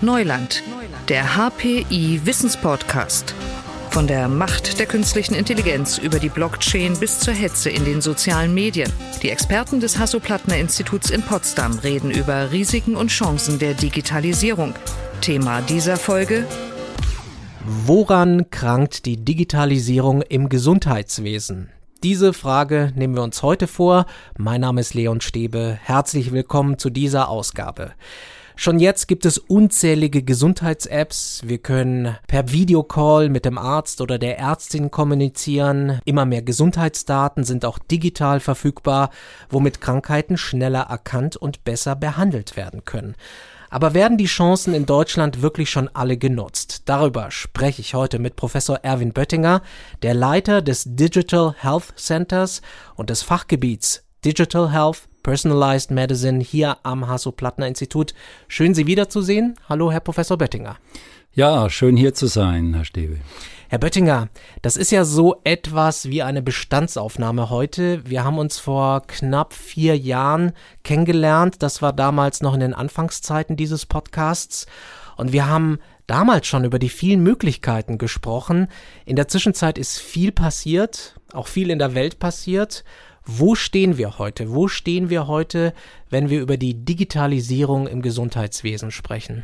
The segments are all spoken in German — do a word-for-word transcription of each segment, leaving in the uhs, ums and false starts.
Neuland, der H P I-Wissenspodcast. Von der Macht der künstlichen Intelligenz über die Blockchain bis zur Hetze in den sozialen Medien. Die Experten des Hasso-Plattner-Instituts in Potsdam reden über Risiken und Chancen der Digitalisierung. Thema dieser Folge: Woran krankt die Digitalisierung im Gesundheitswesen? Diese Frage nehmen wir uns heute vor. Mein Name ist Leon Stäbe. Herzlich willkommen zu dieser Ausgabe. Schon jetzt gibt es unzählige Gesundheits-Apps. Wir können per Videocall mit dem Arzt oder der Ärztin kommunizieren. Immer mehr Gesundheitsdaten sind auch digital verfügbar, womit Krankheiten schneller erkannt und besser behandelt werden können. Aber werden die Chancen in Deutschland wirklich schon alle genutzt? Darüber spreche ich heute mit Professor Erwin Böttinger, der Leiter des Digital Health Centers und des Fachgebiets Digital Health Personalized Medicine hier am Hasso-Plattner-Institut. Schön, Sie wiederzusehen. Hallo, Herr Professor Böttinger. Ja, schön hier zu sein, Herr Stäbe. Herr Böttinger, das ist ja so etwas wie eine Bestandsaufnahme heute. Wir haben uns vor knapp vier Jahren kennengelernt. Das war damals noch in den Anfangszeiten dieses Podcasts. Und wir haben damals schon über die vielen Möglichkeiten gesprochen. In der Zwischenzeit ist viel passiert, auch viel in der Welt passiert. Wo stehen wir heute? Wo stehen wir heute, wenn wir über die Digitalisierung im Gesundheitswesen sprechen?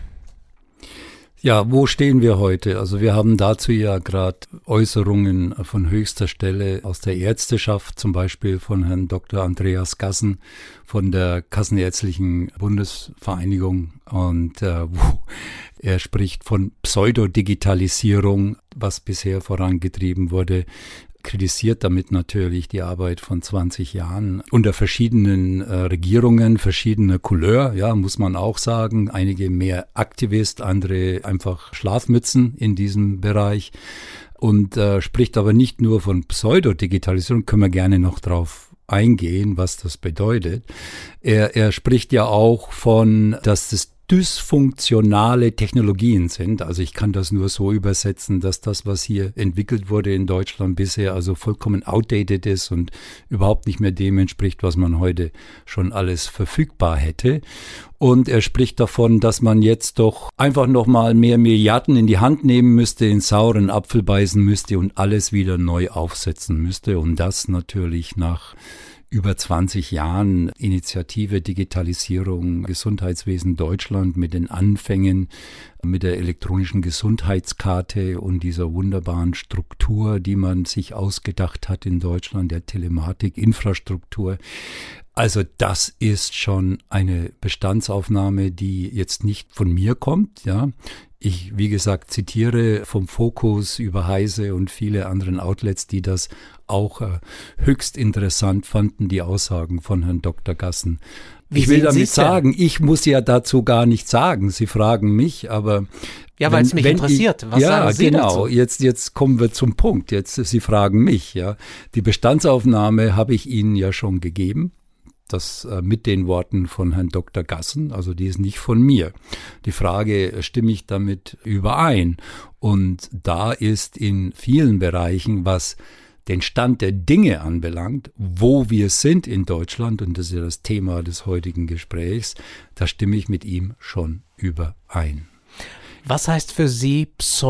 Ja, wo stehen wir heute? Also wir haben dazu ja gerade Äußerungen von höchster Stelle aus der Ärzteschaft, zum Beispiel von Herrn Doktor Andreas Gassen von der Kassenärztlichen Bundesvereinigung, und äh, wo er spricht von Pseudodigitalisierung, was bisher vorangetrieben wurde. Kritisiert damit natürlich die Arbeit von zwanzig Jahren unter verschiedenen äh, Regierungen, verschiedener Couleur, ja, muss man auch sagen. Einige mehr Aktivist, andere einfach Schlafmützen in diesem Bereich. Und äh, spricht aber nicht nur von Pseudodigitalisierung, können wir gerne noch drauf eingehen, was das bedeutet. Er, er spricht ja auch von, dass das dysfunktionale Technologien sind. Also ich kann das nur so übersetzen, dass das, was hier entwickelt wurde in Deutschland bisher, also vollkommen outdated ist und überhaupt nicht mehr dem entspricht, was man heute schon alles verfügbar hätte. Und er spricht davon, dass man jetzt doch einfach nochmal mehr Milliarden in die Hand nehmen müsste, in sauren Apfel beißen müsste und alles wieder neu aufsetzen müsste. Und das natürlich nach über zwanzig Jahren Initiative Digitalisierung Gesundheitswesen Deutschland mit den Anfängen mit der elektronischen Gesundheitskarte und dieser wunderbaren Struktur, die man sich ausgedacht hat in Deutschland, der Telematikinfrastruktur. Also das ist schon eine Bestandsaufnahme, die jetzt nicht von mir kommt, ja. Ich, wie gesagt, zitiere vom Fokus über Heise und viele anderen Outlets, die das auch äh, höchst interessant fanden, die Aussagen von Herrn Doktor Gassen. Wie ich will damit Sie's sagen, ich muss ja dazu gar nichts sagen. Sie fragen mich, aber ja, weil es mich interessiert. Ich, Was ja, sagen Sie genau. dazu? Jetzt, jetzt kommen wir zum Punkt. Jetzt, Sie fragen mich, ja. Die Bestandsaufnahme habe ich Ihnen ja schon gegeben. Das äh, mit den Worten von Herrn Doktor Gassen, also die ist nicht von mir. Die Frage, stimme ich damit überein? Und da ist in vielen Bereichen, was den Stand der Dinge anbelangt, wo wir sind in Deutschland, und das ist ja das Thema des heutigen Gesprächs, da stimme ich mit ihm schon überein. Was heißt für Sie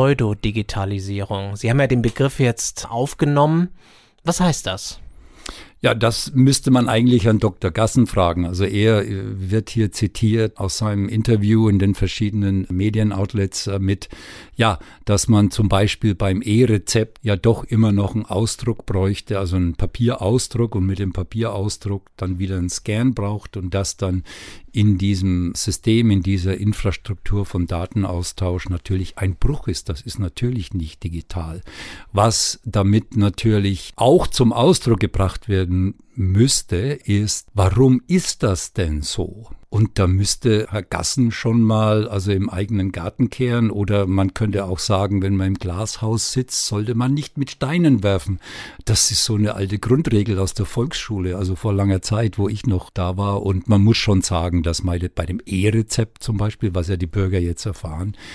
Pseudodigitalisierung? Sie haben ja den Begriff jetzt aufgenommen. Was heißt das? Ja, das müsste man eigentlich Herrn Doktor Gassen fragen. Also er wird hier zitiert aus seinem Interview in den verschiedenen Medienoutlets mit, ja, dass man zum Beispiel beim E-Rezept ja doch immer noch einen Ausdruck bräuchte, also einen Papierausdruck, und mit dem Papierausdruck dann wieder einen Scan braucht und das dann in diesem System, in dieser Infrastruktur von Datenaustausch natürlich ein Bruch ist. Das ist natürlich nicht digital. Was damit natürlich auch zum Ausdruck gebracht werden müsste, ist, warum ist das denn so? Und da müsste Herr Gassen schon mal also im eigenen Garten kehren, oder man könnte auch sagen, wenn man im Glashaus sitzt, sollte man nicht mit Steinen werfen. Das ist so eine alte Grundregel aus der Volksschule, also vor langer Zeit, wo ich noch da war. Und man muss schon sagen, dass bei dem E-Rezept zum Beispiel, was ja die Bürger jetzt erfahren,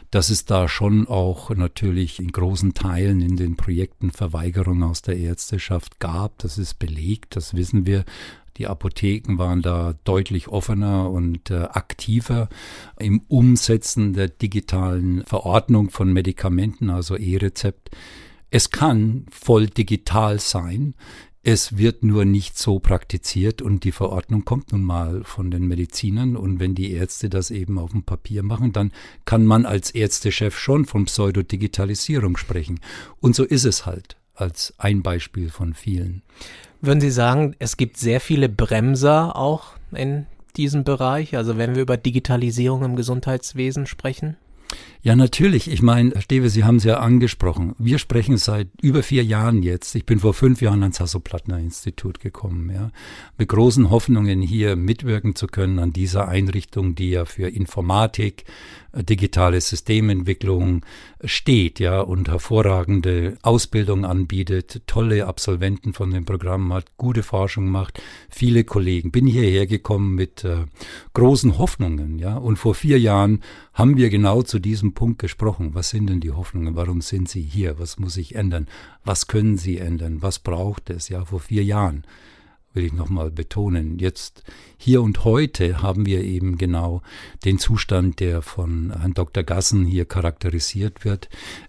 dass es da schon auch natürlich in großen Teilen in den Projekten Verweigerungen aus der Ärzteschaft gab. Das ist belegt, das wissen wir. Die Apotheken waren da deutlich offener und äh, aktiver im Umsetzen der digitalen Verordnung von Medikamenten, also E-Rezept. Es kann voll digital sein. Es wird nur nicht so praktiziert und die Verordnung kommt nun mal von den Medizinern und wenn die Ärzte das eben auf dem Papier machen, dann kann man als Ärztechef schon von Pseudodigitalisierung sprechen. Und so ist es halt als ein Beispiel von vielen. Würden Sie sagen, es gibt sehr viele Bremser auch in diesem Bereich, also wenn wir über Digitalisierung im Gesundheitswesen sprechen? Ja, natürlich. Ich meine, Herr Stewe, Sie haben es ja angesprochen. Wir sprechen seit über vier Jahren jetzt. Ich bin vor fünf Jahren ans Hasso-Plattner-Institut gekommen, ja, mit großen Hoffnungen hier mitwirken zu können an dieser Einrichtung, die ja für Informatik, digitale Systementwicklung steht, ja, und hervorragende Ausbildung anbietet, tolle Absolventen von dem Programm hat, gute Forschung macht, viele Kollegen. Bin hierher gekommen mit äh, großen Hoffnungen, ja, und vor vier Jahren haben wir genau zu diesem Punkt gesprochen. Was sind denn die Hoffnungen? Warum sind Sie hier? Was muss sich ändern? Was können Sie ändern? Was braucht es? Ja, vor vier Jahren. Will ich nochmal betonen. Jetzt, hier und heute haben wir eben genau den Zustand, der von Herrn Doktor Gassen hier charakterisiert wird.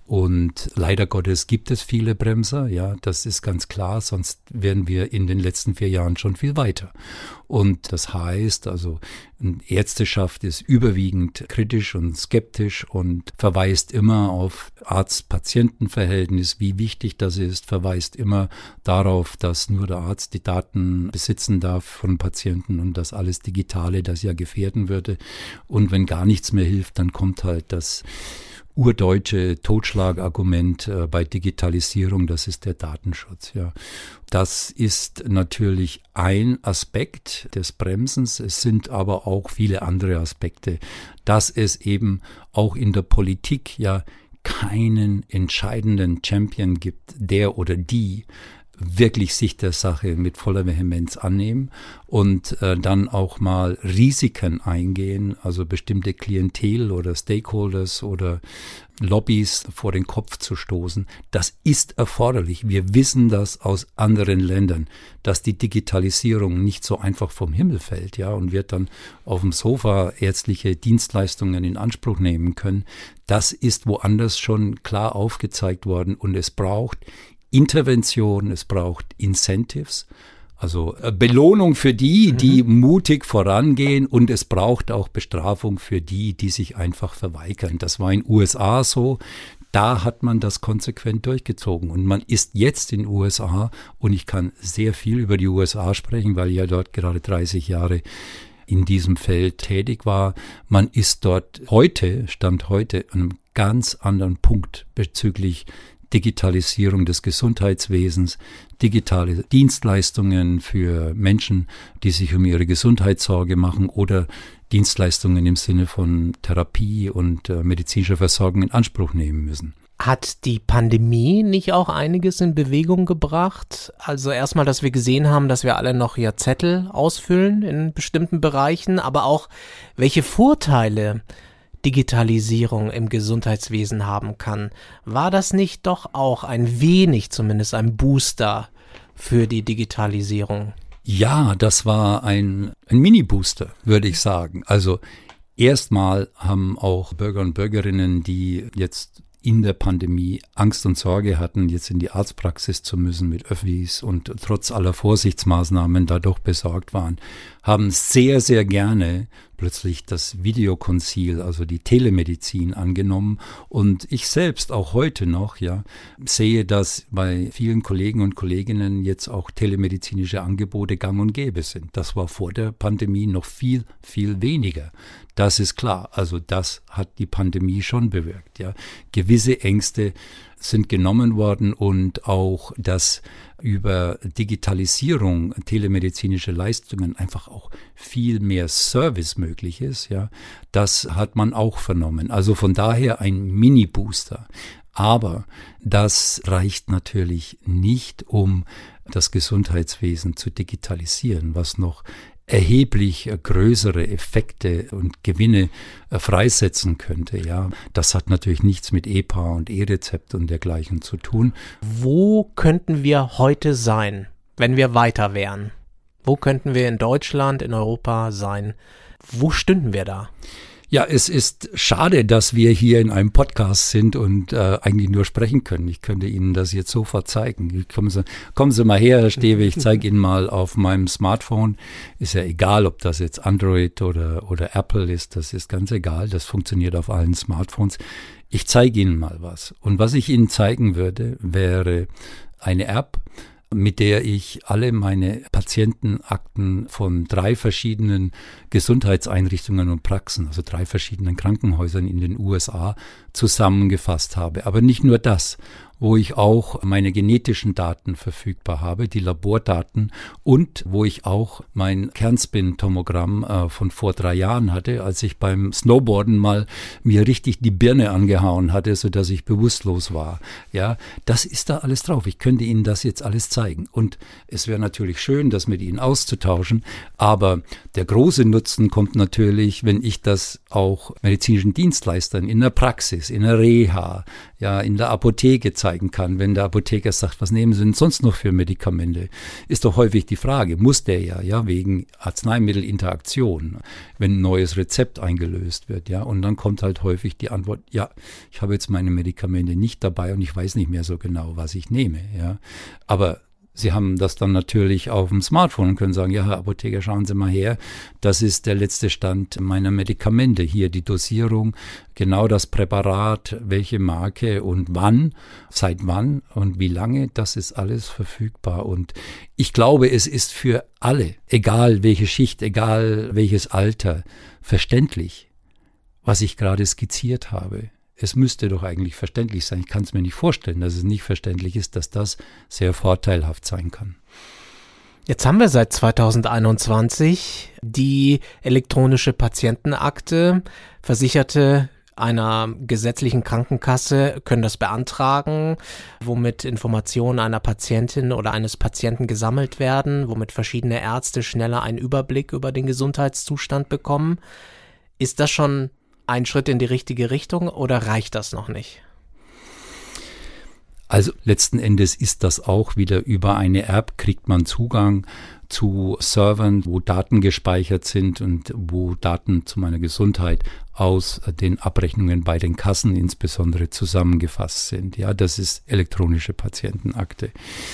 Und leider Gottes gibt es viele Bremser, ja, das ist ganz klar, sonst wären wir in den letzten vier Jahren schon viel weiter. Und das heißt, also Ärzteschaft ist überwiegend kritisch und skeptisch und verweist immer auf Arzt-Patienten-Verhältnis, wie wichtig das ist, verweist immer darauf, dass nur der Arzt die Daten besitzen darf von Patienten und das alles Digitale, das ja gefährden würde. Und wenn gar nichts mehr hilft, dann kommt halt das urdeutsche Totschlagargument äh, bei Digitalisierung, das ist der Datenschutz. Ja, das ist natürlich ein Aspekt des Bremsens. Es sind aber auch viele andere Aspekte, dass es eben auch in der Politik ja keinen entscheidenden Champion gibt, der oder die wirklich sich der Sache mit voller Vehemenz annehmen und äh, dann auch mal Risiken eingehen, also bestimmte Klientel oder Stakeholders oder Lobbys vor den Kopf zu stoßen. Das ist erforderlich. Wir wissen das aus anderen Ländern, dass die Digitalisierung nicht so einfach vom Himmel fällt, ja, und wir dann auf dem Sofa ärztliche Dienstleistungen in Anspruch nehmen können. Das ist woanders schon klar aufgezeigt worden und es braucht Intervention, es braucht Incentives, also Belohnung für die, die mhm. mutig vorangehen und es braucht auch Bestrafung für die, die sich einfach verweigern. Das war in den U S A so, da hat man das konsequent durchgezogen und man ist jetzt in den U S A und ich kann sehr viel über die U S A sprechen, weil ich ja dort gerade dreißig Jahre in diesem Feld tätig war. Man ist dort heute, Stand heute, an einem ganz anderen Punkt bezüglich Digitalisierung des Gesundheitswesens, digitale Dienstleistungen für Menschen, die sich um ihre Gesundheit Sorge machen oder Dienstleistungen im Sinne von Therapie und äh, medizinischer Versorgung in Anspruch nehmen müssen. Hat die Pandemie nicht auch einiges in Bewegung gebracht? Also erstmal, dass wir gesehen haben, dass wir alle noch ja Zettel ausfüllen in bestimmten Bereichen, aber auch welche Vorteile Digitalisierung im Gesundheitswesen haben kann. War das nicht doch auch ein wenig, zumindest ein Booster für die Digitalisierung? Ja, das war ein, ein Mini-Booster, würde ich sagen. Also erstmal haben auch Bürger und Bürgerinnen, die jetzt in der Pandemie Angst und Sorge hatten, jetzt in die Arztpraxis zu müssen mit Öffis und trotz aller Vorsichtsmaßnahmen dadurch besorgt waren, haben sehr, sehr gerne plötzlich das Videokonsil, also die Telemedizin angenommen. Und ich selbst auch heute noch, ja, sehe, dass bei vielen Kollegen und Kolleginnen jetzt auch telemedizinische Angebote gang und gäbe sind. Das war vor der Pandemie noch viel, viel weniger. Das ist klar. Also das hat die Pandemie schon bewirkt, ja. Gewisse Ängste sind genommen worden und auch, dass über Digitalisierung telemedizinische Leistungen einfach auch viel mehr Service möglich ist, ja, das hat man auch vernommen. Also von daher ein Mini-Booster. Aber das reicht natürlich nicht, um das Gesundheitswesen zu digitalisieren, was noch erheblich größere Effekte und Gewinne freisetzen könnte. Ja, das hat natürlich nichts mit E P A und E-Rezept und dergleichen zu tun. Wo könnten wir heute sein, wenn wir weiter wären? Wo könnten wir in Deutschland, in Europa sein? Wo stünden wir da? Ja, es ist schade, dass wir hier in einem Podcast sind und äh, eigentlich nur sprechen können. Ich könnte Ihnen das jetzt sofort zeigen. Kommen Sie, kommen Sie mal her, Herr Stewe, ich zeige Ihnen mal auf meinem Smartphone. Ist ja egal, ob das jetzt Android oder, oder Apple ist, das ist ganz egal. Das funktioniert auf allen Smartphones. Ich zeige Ihnen mal was. Und was ich Ihnen zeigen würde, wäre eine App, mit der ich alle meine Patientenakten von drei verschiedenen Gesundheitseinrichtungen und Praxen, also drei verschiedenen Krankenhäusern in den U S A zusammengefasst habe. Aber nicht nur das, wo ich auch meine genetischen Daten verfügbar habe, die Labordaten, und wo ich auch mein Kernspin-Tomogramm äh, von vor drei Jahren hatte, als ich beim Snowboarden mal mir richtig die Birne angehauen hatte, sodass ich bewusstlos war. Ja, das ist da alles drauf. Ich könnte Ihnen das jetzt alles zeigen. Und es wäre natürlich schön, das mit Ihnen auszutauschen, aber der große Nutzen kommt natürlich, wenn ich das auch medizinischen Dienstleistern in der Praxis, in der Reha, ja, in der Apotheke zeigen kann, wenn der Apotheker sagt, was nehmen Sie denn sonst noch für Medikamente? Ist doch häufig die Frage, muss der ja, ja, wegen Arzneimittelinteraktion, wenn ein neues Rezept eingelöst wird, ja, und dann kommt halt häufig die Antwort, ja, ich habe jetzt meine Medikamente nicht dabei und ich weiß nicht mehr so genau, was ich nehme, ja, aber Sie haben das dann natürlich auf dem Smartphone und können sagen, ja, Herr Apotheker, schauen Sie mal her, das ist der letzte Stand meiner Medikamente. Hier die Dosierung, genau das Präparat, welche Marke und wann, seit wann und wie lange, das ist alles verfügbar. Und ich glaube, es ist für alle, egal welche Schicht, egal welches Alter, verständlich, was ich gerade skizziert habe. Es müsste doch eigentlich verständlich sein. Ich kann es mir nicht vorstellen, dass es nicht verständlich ist, dass das sehr vorteilhaft sein kann. Jetzt haben wir seit zweitausendeinundzwanzig die elektronische Patientenakte. Versicherte einer gesetzlichen Krankenkasse können das beantragen, womit Informationen einer Patientin oder eines Patienten gesammelt werden, womit verschiedene Ärzte schneller einen Überblick über den Gesundheitszustand bekommen. Ist das schon ein Schritt in die richtige Richtung oder reicht das noch nicht? Also letzten Endes ist das auch wieder über eine App, kriegt man Zugang zu Servern, wo Daten gespeichert sind und wo Daten zu meiner Gesundheit aus den Abrechnungen bei den Kassen insbesondere zusammengefasst sind. Ja, das ist elektronische Patientenakte.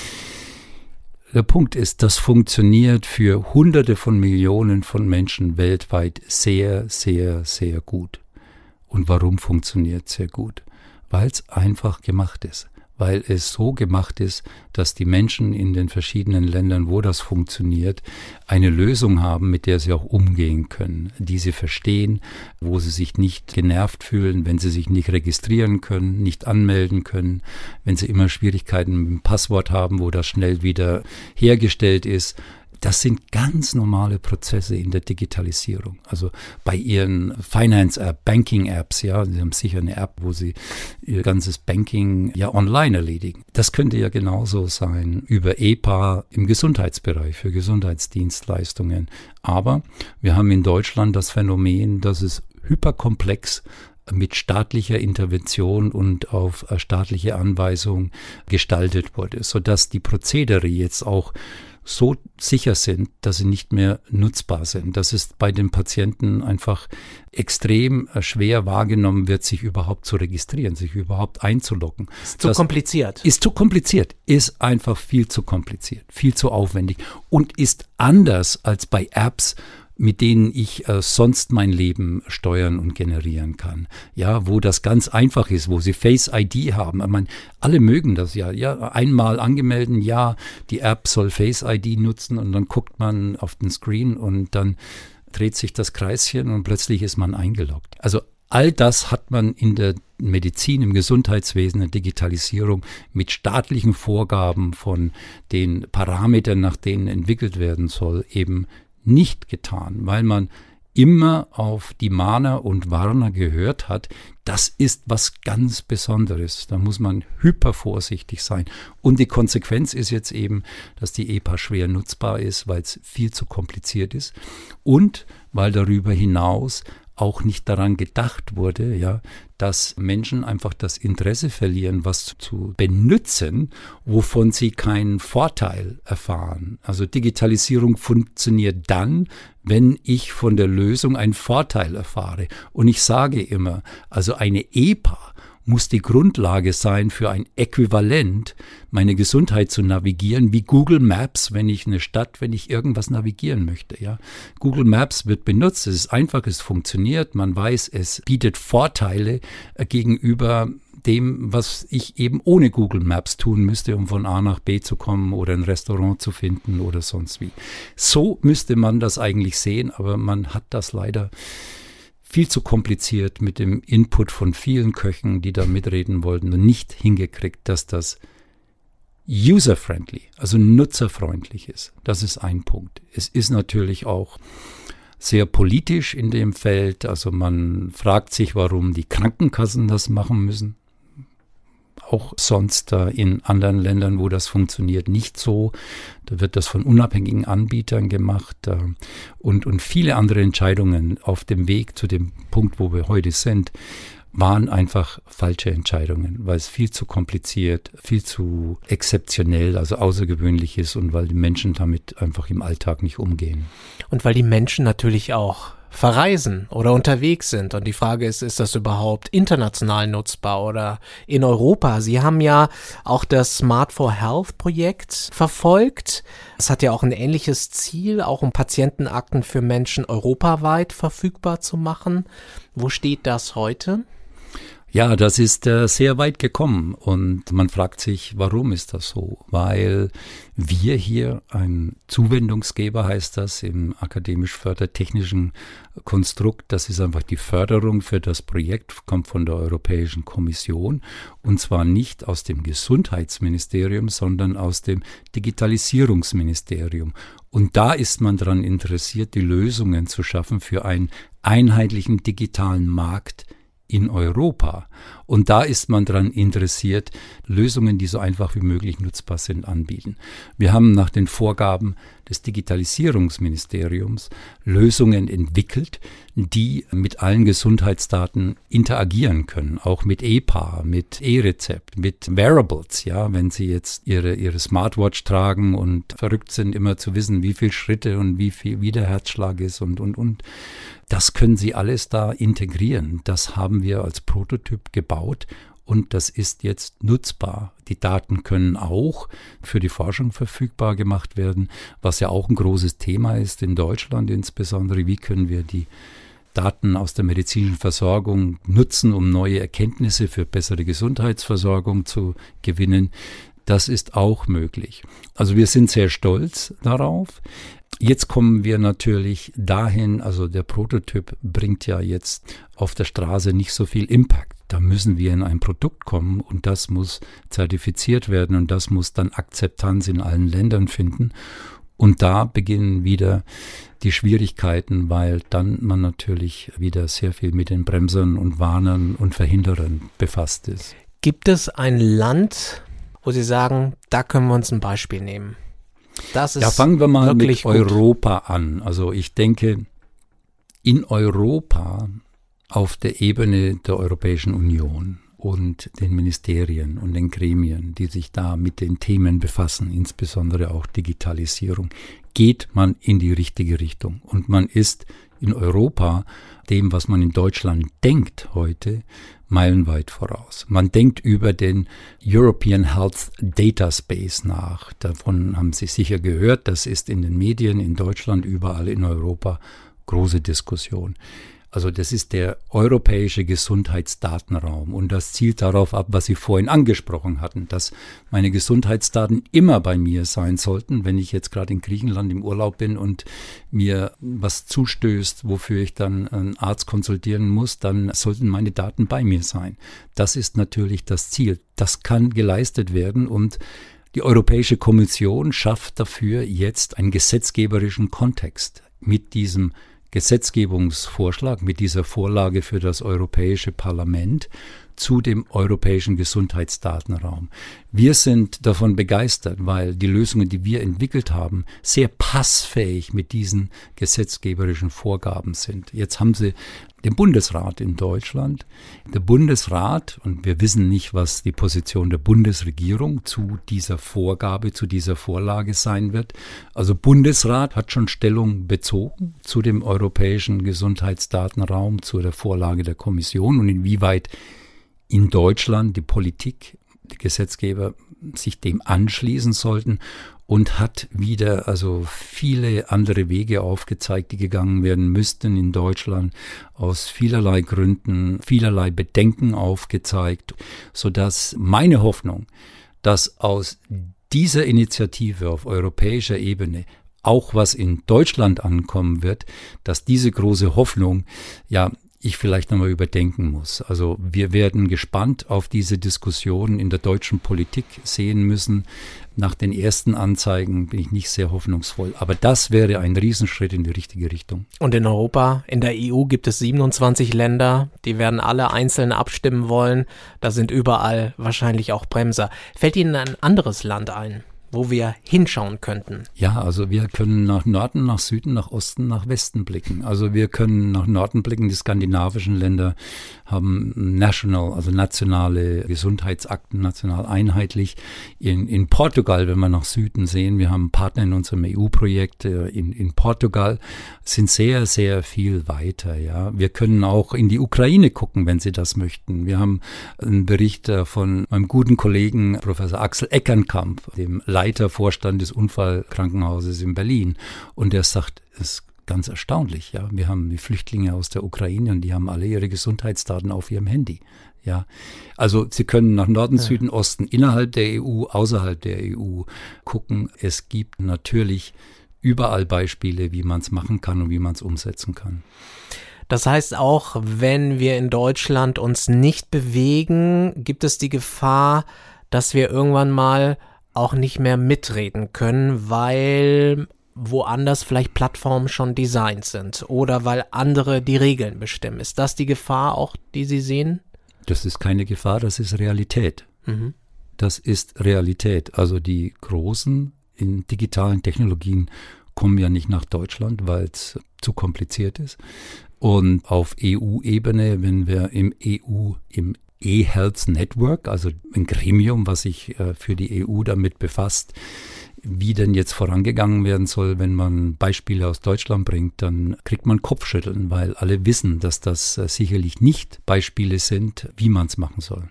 Der Punkt ist, das funktioniert für Hunderte von Millionen von Menschen weltweit sehr, sehr, sehr gut. Und warum funktioniert es sehr gut? Weil es einfach gemacht ist. Weil es so gemacht ist, dass die Menschen in den verschiedenen Ländern, wo das funktioniert, eine Lösung haben, mit der sie auch umgehen können, die sie verstehen, wo sie sich nicht genervt fühlen, wenn sie sich nicht registrieren können, nicht anmelden können, wenn sie immer Schwierigkeiten mit dem Passwort haben, wo das schnell wieder hergestellt ist. Das sind ganz normale Prozesse in der Digitalisierung. Also bei Ihren Finance-App, Banking-Apps, ja, Sie haben sicher eine App, wo Sie Ihr ganzes Banking ja online erledigen. Das könnte ja genauso sein über E P A im Gesundheitsbereich, für Gesundheitsdienstleistungen. Aber wir haben in Deutschland das Phänomen, dass es hyperkomplex mit staatlicher Intervention und auf staatliche Anweisung gestaltet wurde, sodass die Prozedere jetzt auch so sicher sind, dass sie nicht mehr nutzbar sind. Das ist bei den Patienten einfach extrem schwer wahrgenommen wird, sich überhaupt zu registrieren, sich überhaupt einzuloggen. Ist zu das kompliziert. Ist zu kompliziert, ist einfach viel zu kompliziert, viel zu aufwendig und ist anders als bei Apps, mit denen ich äh, sonst mein Leben steuern und generieren kann. Ja, wo das ganz einfach ist, wo sie Face I D haben. Ich meine, alle mögen das ja. Ja, einmal angemeldet, ja, die App soll Face I D nutzen und dann guckt man auf den Screen und dann dreht sich das Kreischen und plötzlich ist man eingeloggt. Also all das hat man in der Medizin, im Gesundheitswesen, der Digitalisierung mit staatlichen Vorgaben von den Parametern, nach denen entwickelt werden soll, eben nicht getan, weil man immer auf die Mahner und Warner gehört hat, das ist was ganz Besonderes. Da muss man hyper vorsichtig sein. Und die Konsequenz ist jetzt eben, dass die E P A schwer nutzbar ist, weil es viel zu kompliziert ist und weil darüber hinaus auch nicht daran gedacht wurde, ja, dass Menschen einfach das Interesse verlieren, was zu benutzen, wovon sie keinen Vorteil erfahren. Also Digitalisierung funktioniert dann, wenn ich von der Lösung einen Vorteil erfahre. Und ich sage immer, also eine E P A muss die Grundlage sein für ein Äquivalent, meine Gesundheit zu navigieren, wie Google Maps, wenn ich eine Stadt, wenn ich irgendwas navigieren möchte. Ja. Google Maps wird benutzt, es ist einfach, es funktioniert, man weiß, es bietet Vorteile äh, gegenüber dem, was ich eben ohne Google Maps tun müsste, um von A nach B zu kommen oder ein Restaurant zu finden oder sonst wie. So müsste man das eigentlich sehen, aber man hat das leider viel zu kompliziert mit dem Input von vielen Köchen, die da mitreden wollten und nicht hingekriegt, dass das user-friendly, also nutzerfreundlich ist. Das ist ein Punkt. Es ist natürlich auch sehr politisch in dem Feld. Also man fragt sich, warum die Krankenkassen das machen müssen. Auch sonst äh, in anderen Ländern, wo das funktioniert, nicht so. Da wird das von unabhängigen Anbietern gemacht äh, und, und viele andere Entscheidungen auf dem Weg zu dem Punkt, wo wir heute sind, waren einfach falsche Entscheidungen, weil es viel zu kompliziert, viel zu exzeptionell, also außergewöhnlich ist und weil die Menschen damit einfach im Alltag nicht umgehen. Und weil die Menschen natürlich auch verreisen oder unterwegs sind. Und die Frage ist, ist das überhaupt international nutzbar oder in Europa? Sie haben ja auch das Smart for Health Projekt verfolgt. Es hat ja auch ein ähnliches Ziel, auch um Patientenakten für Menschen europaweit verfügbar zu machen. Wo steht das heute? Ja, das ist äh, sehr weit gekommen und man fragt sich, warum ist das so? Weil wir hier, ein Zuwendungsgeber heißt das im akademisch-fördertechnischen Konstrukt, das ist einfach die Förderung für das Projekt, kommt von der Europäischen Kommission und zwar nicht aus dem Gesundheitsministerium, sondern aus dem Digitalisierungsministerium. Und da ist man daran interessiert, die Lösungen zu schaffen für einen einheitlichen digitalen Markt in Europa. Und da ist man daran interessiert, Lösungen, die so einfach wie möglich nutzbar sind, anbieten. Wir haben nach den Vorgaben des Digitalisierungsministeriums Lösungen entwickelt, die mit allen Gesundheitsdaten interagieren können, auch mit E P A, mit E-Rezept, mit Wearables, ja, wenn Sie jetzt Ihre, Ihre Smartwatch tragen und verrückt sind, immer zu wissen, wie viele Schritte und wie viel, wie der Herzschlag ist und, und, und. Das können Sie alles da integrieren. Das haben wir als Prototyp gebaut und das ist jetzt nutzbar. Die Daten können auch für die Forschung verfügbar gemacht werden, was ja auch ein großes Thema ist in Deutschland insbesondere. Wie können wir die Daten aus der medizinischen Versorgung nutzen, um neue Erkenntnisse für bessere Gesundheitsversorgung zu gewinnen? Das ist auch möglich. Also wir sind sehr stolz darauf. Jetzt kommen wir natürlich dahin, also der Prototyp bringt ja jetzt auf der Straße nicht so viel Impact. Da müssen wir in ein Produkt kommen und das muss zertifiziert werden und das muss dann Akzeptanz in allen Ländern finden. Und da beginnen wieder die Schwierigkeiten, weil dann man natürlich wieder sehr viel mit den Bremsern und Warnern und Verhinderern befasst ist. Gibt es ein Land, wo Sie sagen, da können wir uns ein Beispiel nehmen? Das ist ja, fangen wir mal mit gut. Europa an. Also ich denke, in Europa auf der Ebene der Europäischen Union und den Ministerien und den Gremien, die sich da mit den Themen befassen, insbesondere auch Digitalisierung, geht man in die richtige Richtung. Und man ist in Europa dem, was man in Deutschland denkt heute, meilenweit voraus. Man denkt über den European Health Data Space nach. Davon haben Sie sicher gehört. Das ist in den Medien in Deutschland, überall in Europa große Diskussion. Also das ist der europäische Gesundheitsdatenraum und das zielt darauf ab, was Sie vorhin angesprochen hatten, dass meine Gesundheitsdaten immer bei mir sein sollten, wenn ich jetzt gerade in Griechenland im Urlaub bin und mir was zustößt, wofür ich dann einen Arzt konsultieren muss, dann sollten meine Daten bei mir sein. Das ist natürlich das Ziel. Das kann geleistet werden und die Europäische Kommission schafft dafür jetzt einen gesetzgeberischen Kontext mit diesem Gesetzgebungsvorschlag, mit dieser Vorlage für das Europäische Parlament zu dem europäischen Gesundheitsdatenraum. Wir sind davon begeistert, weil die Lösungen, die wir entwickelt haben, sehr passfähig mit diesen gesetzgeberischen Vorgaben sind. Jetzt haben sie den Bundesrat in Deutschland. Der Bundesrat, und wir wissen nicht, was die Position der Bundesregierung zu dieser Vorgabe, zu dieser Vorlage sein wird. Also Bundesrat hat schon Stellung bezogen zu dem europäischen Gesundheitsdatenraum, zu der Vorlage der Kommission und inwieweit in Deutschland die Politik, die Gesetzgeber sich dem anschließen sollten und hat wieder also viele andere Wege aufgezeigt, die gegangen werden müssten in Deutschland, aus vielerlei Gründen, vielerlei Bedenken aufgezeigt, sodass meine Hoffnung, dass aus dieser Initiative auf europäischer Ebene auch was in Deutschland ankommen wird, dass diese große Hoffnung ja ich vielleicht nochmal überdenken muss. Also wir werden gespannt auf diese Diskussion in der deutschen Politik sehen müssen. Nach den ersten Anzeigen bin ich nicht sehr hoffnungsvoll. Aber das wäre ein Riesenschritt in die richtige Richtung. Und in Europa, in der E U gibt es siebenundzwanzig Länder. Die werden alle einzeln abstimmen wollen. Da sind überall wahrscheinlich auch Bremser. Fällt Ihnen ein anderes Land ein, wo wir hinschauen könnten? Ja, also wir können nach Norden, nach Süden, nach Osten, nach Westen blicken. Also wir können nach Norden blicken. Die skandinavischen Länder haben national, also nationale Gesundheitsakten, national einheitlich. In, in Portugal, wenn wir nach Süden sehen, wir haben Partner in unserem E U-Projekt in, in Portugal, sind sehr, sehr viel weiter. Ja, wir können auch in die Ukraine gucken, wenn Sie das möchten. Wir haben einen Bericht von meinem guten Kollegen Professor Axel Eckernkamp, dem Leitervorstand des Unfallkrankenhauses in Berlin. Und der sagt, es ist ganz erstaunlich. Ja, wir haben die Flüchtlinge aus der Ukraine und die haben alle ihre Gesundheitsdaten auf ihrem Handy. Ja, also Sie können nach Norden, ja. Süden, Osten, innerhalb der E U, außerhalb der E U gucken. Es gibt natürlich überall Beispiele, wie man es machen kann und wie man es umsetzen kann. Das heißt auch, wenn wir in Deutschland uns nicht bewegen, gibt es die Gefahr, dass wir irgendwann mal auch nicht mehr mitreden können, weil woanders vielleicht Plattformen schon designt sind oder weil andere die Regeln bestimmen. Ist das die Gefahr auch, die Sie sehen? Das ist keine Gefahr, das ist Realität. Mhm. Das ist Realität. Also die großen in digitalen Technologien kommen ja nicht nach Deutschland, weil es zu kompliziert ist. Und auf E U-Ebene, wenn wir im E U, im E-Health Network, also ein Gremium, was sich äh, für die E U damit befasst, wie denn jetzt vorangegangen werden soll, wenn man Beispiele aus Deutschland bringt, dann kriegt man Kopfschütteln, weil alle wissen, dass das äh, sicherlich nicht Beispiele sind, wie man es machen soll.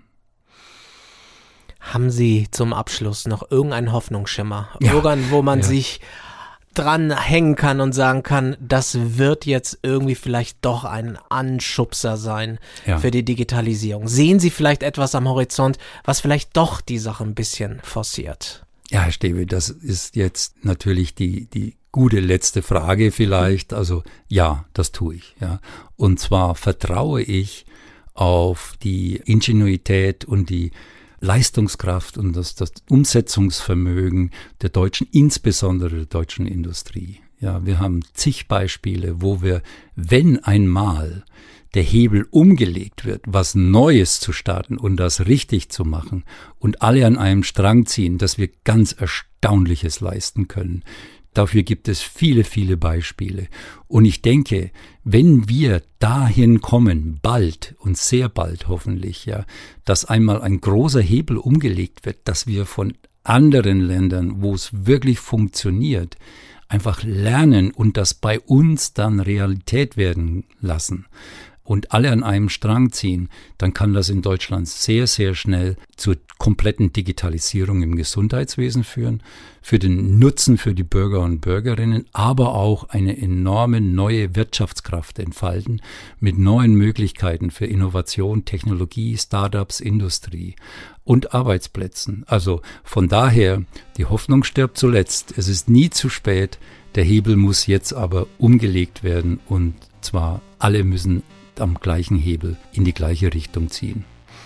Haben Sie zum Abschluss noch irgendeinen Hoffnungsschimmer? Ja. Irgendwann, wo man ja. sich dran hängen kann und sagen kann, das wird jetzt irgendwie vielleicht doch ein Anschubser sein ja. für die Digitalisierung. Sehen Sie vielleicht etwas am Horizont, was vielleicht doch die Sache ein bisschen forciert? Ja, Herr Stäbe, das ist jetzt natürlich die, die gute letzte Frage vielleicht. Also ja, das tue ich. Ja. Und zwar vertraue ich auf die Ingenuität und die Leistungskraft und das, das Umsetzungsvermögen der deutschen, insbesondere der deutschen Industrie. Ja, wir haben zig Beispiele, wo wir, wenn einmal der Hebel umgelegt wird, was Neues zu starten und das richtig zu machen und alle an einem Strang ziehen, dass wir ganz Erstaunliches leisten können. Dafür gibt es viele, viele Beispiele. Und ich denke, wenn wir dahin kommen, bald und sehr bald hoffentlich, ja, dass einmal ein großer Hebel umgelegt wird, dass wir von anderen Ländern, wo es wirklich funktioniert, einfach lernen und das bei uns dann Realität werden lassen und alle an einem Strang ziehen, dann kann das in Deutschland sehr, sehr schnell zur kompletten Digitalisierung im Gesundheitswesen führen, für den Nutzen für die Bürger und Bürgerinnen, aber auch eine enorme neue Wirtschaftskraft entfalten mit neuen Möglichkeiten für Innovation, Technologie, Startups, Industrie und Arbeitsplätzen. Also von daher, die Hoffnung stirbt zuletzt. Es ist nie zu spät. Der Hebel muss jetzt aber umgelegt werden und zwar alle müssen am gleichen Hebel in die gleiche Richtung ziehen.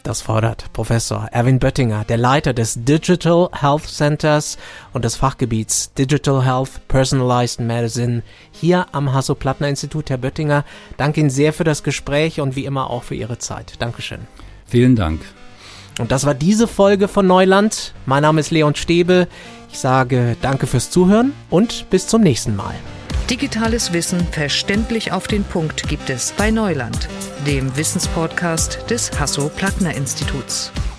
Das fordert Professor Erwin Böttinger, der Leiter des Digital Health Centers und des Fachgebiets Digital Health Personalized Medicine hier am Hasso-Plattner-Institut. Herr Böttinger, danke Ihnen sehr für das Gespräch und wie immer auch für Ihre Zeit. Dankeschön. Vielen Dank. Und das war diese Folge von Neuland. Mein Name ist Leon Stäbe. Ich sage danke fürs Zuhören und bis zum nächsten Mal. Digitales Wissen verständlich auf den Punkt gibt es bei Neuland, dem Wissenspodcast des Hasso-Plattner-Instituts.